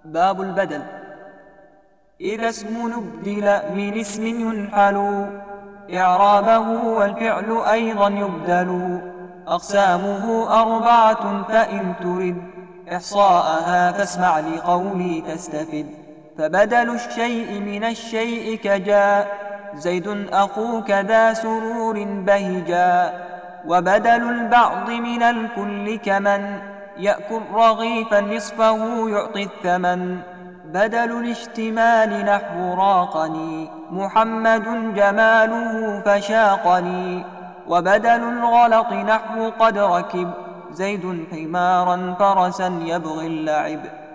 باب البدل. إذا اسم نبدل من اسم ينحل إعرابه والفعل أيضا يبدل. أقسامه 4 فإن ترد إحصاءها فاسمع لقولي تستفد. فبدل الشيء من الشيء كجاء زيد أخوك ذا سرور بهجا. وبدل البعض من الكل كمن يأكل رغيفا نصفه يعطي الثمن. بدل الاشتمال نحو راقني محمد جماله فشاقني. وبدل الغلط نحو قد ركب زيد حمارا فرسا يبغي اللعب.